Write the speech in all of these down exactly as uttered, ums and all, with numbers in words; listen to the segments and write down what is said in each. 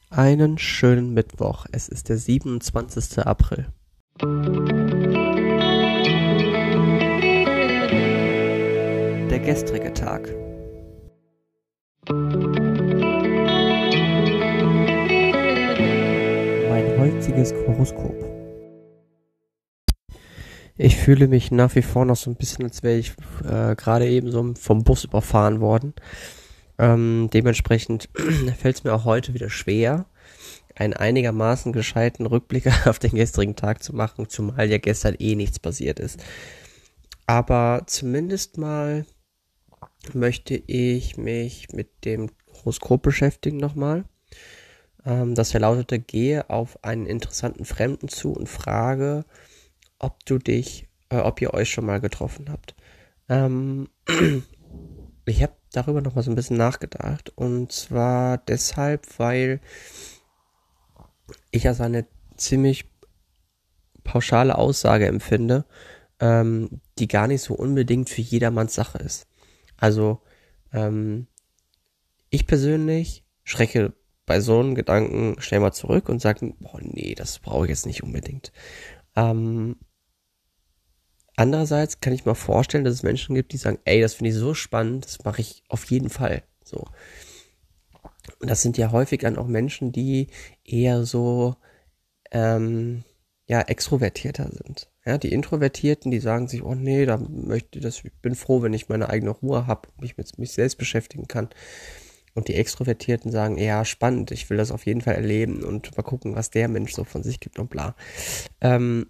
Einen schönen Mittwoch. Es ist der siebenundzwanzigster April. Der gestrige Tag. Mein heutiges Horoskop. Ich fühle mich nach wie vor noch so ein bisschen, als wäre ich äh, gerade eben so vom Bus überfahren worden. Ähm, dementsprechend fällt es mir auch heute wieder schwer, einen einigermaßen gescheiten Rückblick auf den gestrigen Tag zu machen, zumal ja gestern eh nichts passiert ist. Aber zumindest mal möchte ich mich mit dem Horoskop beschäftigen nochmal. Ähm, das hier lautete: Gehe auf einen interessanten Fremden zu und frage, ob du dich, äh, ob ihr euch schon mal getroffen habt. Ähm, ich habe darüber nochmal so ein bisschen nachgedacht, und zwar deshalb, weil ich als eine ziemlich pauschale Aussage empfinde, ähm, die gar nicht so unbedingt für jedermanns Sache ist. Also, ähm, ich persönlich schrecke bei so einem Gedanken schnell mal zurück und sage, boah, nee, das brauche ich jetzt nicht unbedingt. Ähm, andererseits kann ich mir vorstellen, dass es Menschen gibt, die sagen, ey, das finde ich so spannend, das mache ich auf jeden Fall. So. Und das sind ja häufig dann auch Menschen, die eher so, ähm, ja, extrovertierter sind. Ja, die Introvertierten, die sagen sich, oh nee, da möchte ich das, ich bin froh, wenn ich meine eigene Ruhe habe, mich mit mich selbst beschäftigen kann. Und die Extrovertierten sagen, ja, spannend, ich will das auf jeden Fall erleben und mal gucken, was der Mensch so von sich gibt und bla. Ähm,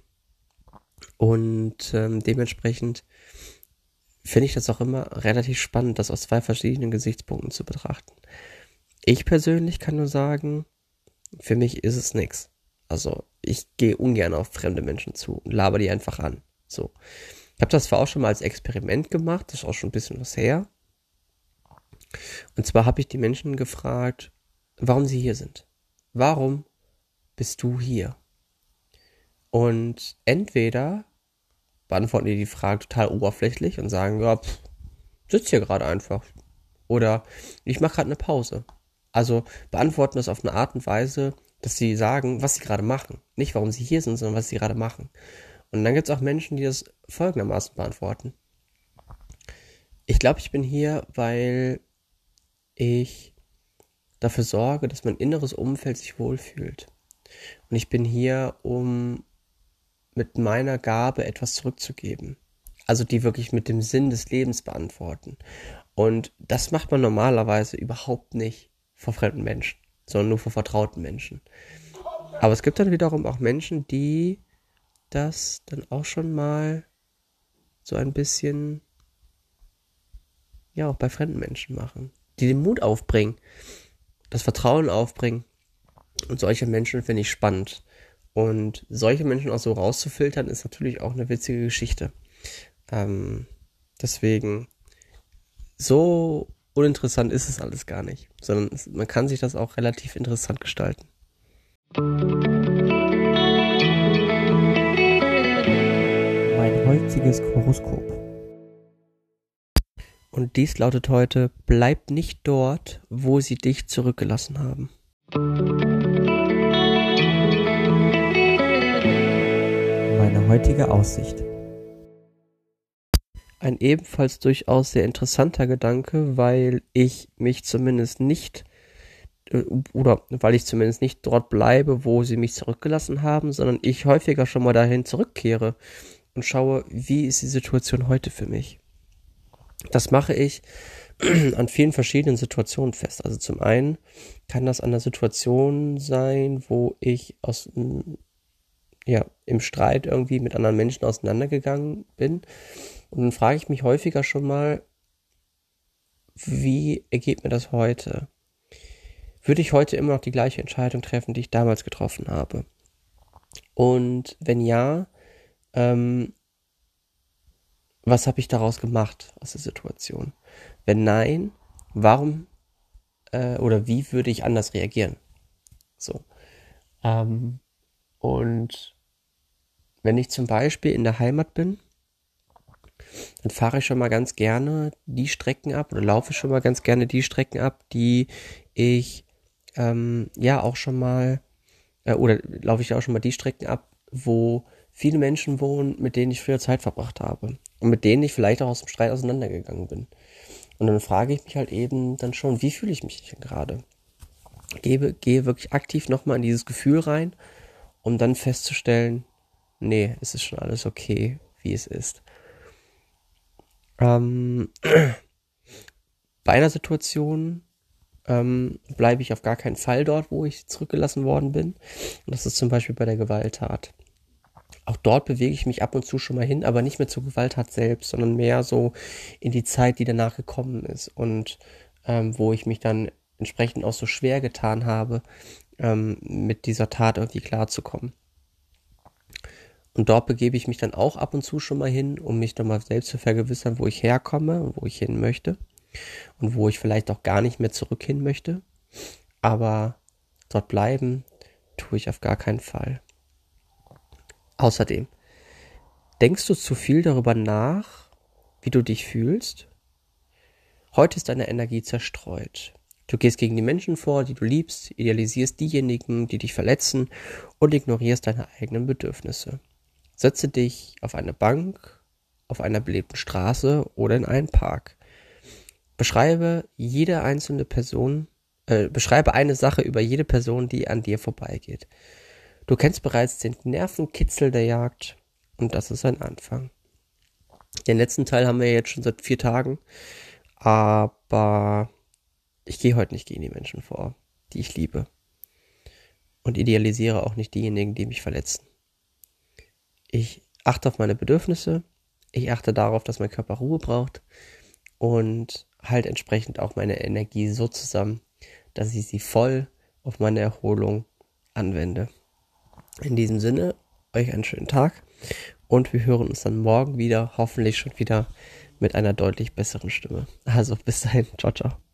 und ähm, dementsprechend finde ich das auch immer relativ spannend, das aus zwei verschiedenen Gesichtspunkten zu betrachten. Ich persönlich kann nur sagen, für mich ist es nix. Also ich gehe ungern auf fremde Menschen zu und laber die einfach an. So. Ich habe das zwar auch schon mal als Experiment gemacht, das ist auch schon ein bisschen was her. Und zwar habe ich die Menschen gefragt, warum sie hier sind. Warum bist du hier? Und entweder beantworten die die Frage total oberflächlich und sagen, ja, pff, sitz hier gerade einfach. Oder ich mache gerade eine Pause. Also beantworten das auf eine Art und Weise, dass sie sagen, was sie gerade machen. Nicht, warum sie hier sind, sondern was sie gerade machen. Und dann gibt es auch Menschen, die das folgendermaßen beantworten. Ich glaube, ich bin hier, weil ich dafür sorge, dass mein inneres Umfeld sich wohlfühlt. Und ich bin hier, um mit meiner Gabe etwas zurückzugeben. Also die wirklich mit dem Sinn des Lebens beantworten. Und das macht man normalerweise überhaupt nicht vor fremden Menschen, sondern nur vor vertrauten Menschen. Aber es gibt dann wiederum auch Menschen, die das dann auch schon mal so ein bisschen, ja, auch bei fremden Menschen machen. Die den Mut aufbringen, das Vertrauen aufbringen. Und solche Menschen finde ich spannend. Und solche Menschen auch so rauszufiltern, ist natürlich auch eine witzige Geschichte. Ähm, deswegen, so uninteressant ist es alles gar nicht, sondern es, man kann sich das auch relativ interessant gestalten. Mein heutiges Horoskop. Und dies lautet heute: Bleib nicht dort, wo sie dich zurückgelassen haben. Meine heutige Aussicht. Ein ebenfalls durchaus sehr interessanter Gedanke, weil ich mich zumindest nicht, äh, oder weil ich zumindest nicht dort bleibe, wo sie mich zurückgelassen haben, sondern ich häufiger schon mal dahin zurückkehre und schaue, wie ist die Situation heute für mich. Das mache ich an vielen verschiedenen Situationen fest. Also zum einen kann das an der Situation sein, wo ich aus ja, im Streit irgendwie mit anderen Menschen auseinandergegangen bin. Und dann frage ich mich häufiger schon mal, wie ergeht mir das heute? Würde ich heute immer noch die gleiche Entscheidung treffen, die ich damals getroffen habe? Und wenn ja, ähm, was habe ich daraus gemacht aus der Situation? Wenn nein, warum äh, oder wie würde ich anders reagieren? So. Ähm, und wenn ich zum Beispiel in der Heimat bin, dann fahre ich schon mal ganz gerne die Strecken ab oder laufe schon mal ganz gerne die Strecken ab, die ich ähm, ja auch schon mal, äh, oder laufe ich auch schon mal die Strecken ab, wo viele Menschen wohnen, mit denen ich früher Zeit verbracht habe. Und mit denen ich vielleicht auch aus dem Streit auseinandergegangen bin. Und dann frage ich mich halt eben dann schon, wie fühle ich mich denn gerade? Gehe, gehe wirklich aktiv nochmal in dieses Gefühl rein, um dann festzustellen, nee, es ist schon alles okay, wie es ist. Ähm, bei einer Situation ähm, bleibe ich auf gar keinen Fall dort, wo ich zurückgelassen worden bin. Und das ist zum Beispiel bei der Gewalttat. Auch dort bewege ich mich ab und zu schon mal hin, aber nicht mehr zur Gewalttat selbst, sondern mehr so in die Zeit, die danach gekommen ist und ähm, wo ich mich dann entsprechend auch so schwer getan habe, ähm, mit dieser Tat irgendwie klarzukommen. Und dort begebe ich mich dann auch ab und zu schon mal hin, um mich dann mal selbst zu vergewissern, wo ich herkomme und wo ich hin möchte und wo ich vielleicht auch gar nicht mehr zurück hin möchte. Aber dort bleiben tue ich auf gar keinen Fall. Außerdem, denkst du zu viel darüber nach, wie du dich fühlst? Heute ist deine Energie zerstreut. Du gehst gegen die Menschen vor, die du liebst, idealisierst diejenigen, die dich verletzen und ignorierst deine eigenen Bedürfnisse. Setze dich auf eine Bank, auf einer belebten Straße oder in einen Park. Beschreibe jede einzelne Person, äh, beschreibe eine Sache über jede Person, die an dir vorbeigeht. Du kennst bereits den Nervenkitzel der Jagd und das ist ein Anfang. Den letzten Teil haben wir jetzt schon seit vier Tagen, aber ich gehe heute nicht gegen die Menschen vor, die ich liebe und idealisiere auch nicht diejenigen, die mich verletzen. Ich achte auf meine Bedürfnisse, ich achte darauf, dass mein Körper Ruhe braucht und halt entsprechend auch meine Energie so zusammen, dass ich sie voll auf meine Erholung anwende. In diesem Sinne, euch einen schönen Tag und wir hören uns dann morgen wieder, hoffentlich schon wieder mit einer deutlich besseren Stimme. Also bis dahin, ciao, ciao.